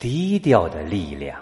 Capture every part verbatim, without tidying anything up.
低调的力量。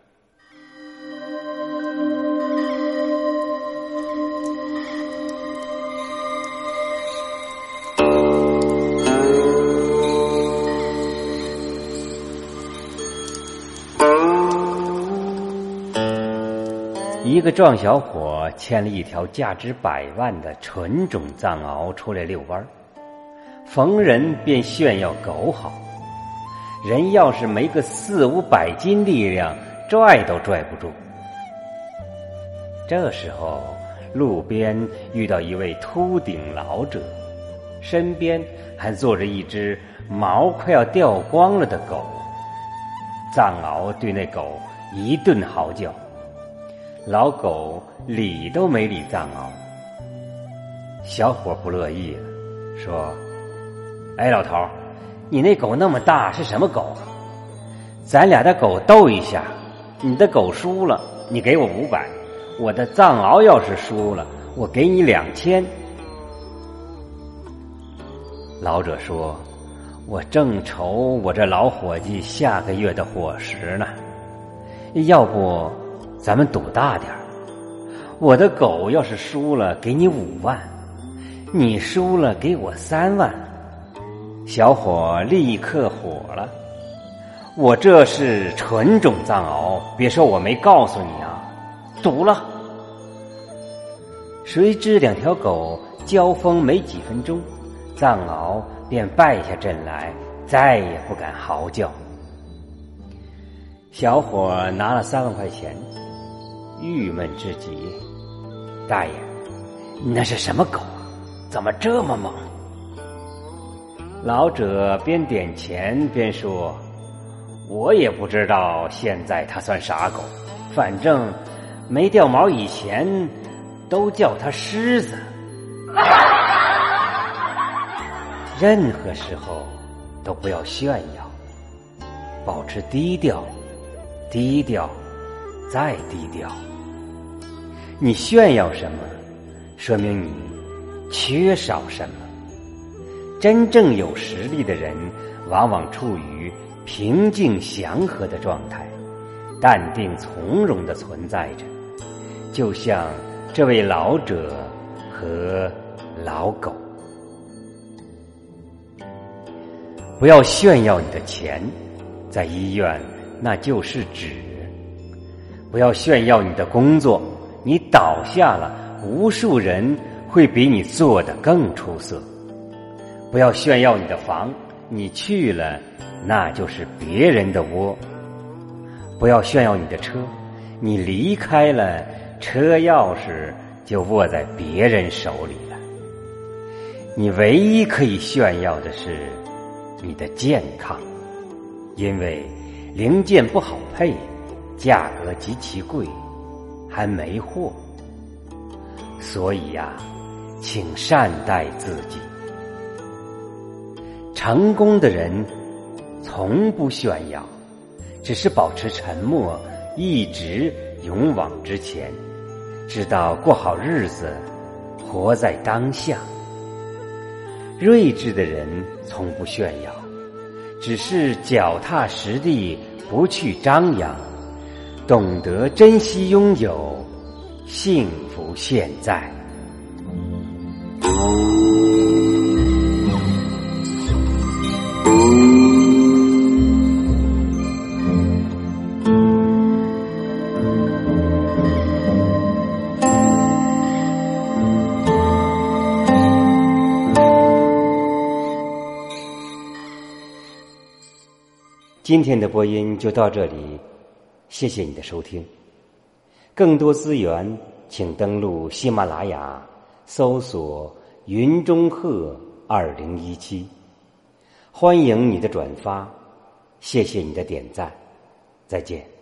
一个壮小伙牵了一条价值百万的纯种藏獒出来遛弯，逢人便炫耀狗好，人要是没个四五百斤力量，拽都拽不住。这时候路边遇到一位秃顶老者，身边还坐着一只毛快要掉光了的狗。藏獒对那狗一顿嚎叫，老狗理都没理藏獒。小伙不乐意了，说：哎，老头，你那狗那么大，是什么狗？咱俩的狗斗一下，你的狗输了，你给我五百；我的藏獒要是输了，我给你两千。老者说：我正愁我这老伙计下个月的伙食呢，要不咱们赌大点儿，我的狗要是输了给你五万，你输了给我三万。小伙立刻火了，我这是纯种藏獒，别说我没告诉你啊，赌了。谁知两条狗交锋没几分钟，藏獒便败下阵来，再也不敢嚎叫。小伙拿了三万块钱，郁闷至极。大爷，那是什么狗啊？怎么这么猛？老者边点钱边说：我也不知道现在它算啥狗，反正没掉毛以前都叫它狮子。任何时候都不要炫耀，保持低调，低调再低调。你炫耀什么，说明你缺少什么。真正有实力的人往往处于平静祥和的状态，淡定从容地存在着，就像这位老者和老狗。不要炫耀你的钱，在医院那就是纸；不要炫耀你的工作，你倒下了，无数人会比你做得更出色；不要炫耀你的房，你去了那就是别人的窝；不要炫耀你的车，你离开了，车钥匙就握在别人手里了。你唯一可以炫耀的是你的健康，因为零件不好配，价格极其贵，还没货。所以呀、啊，请善待自己。成功的人从不炫耀，只是保持沉默，一直勇往直前，知道过好日子，活在当下。睿智的人从不炫耀，只是脚踏实地，不去张扬，懂得珍惜拥有，幸福现在。今天的播音就到这里，谢谢你的收听。更多资源请登录喜马拉雅，搜索云中鹤二零一七。欢迎你的转发，谢谢你的点赞，再见。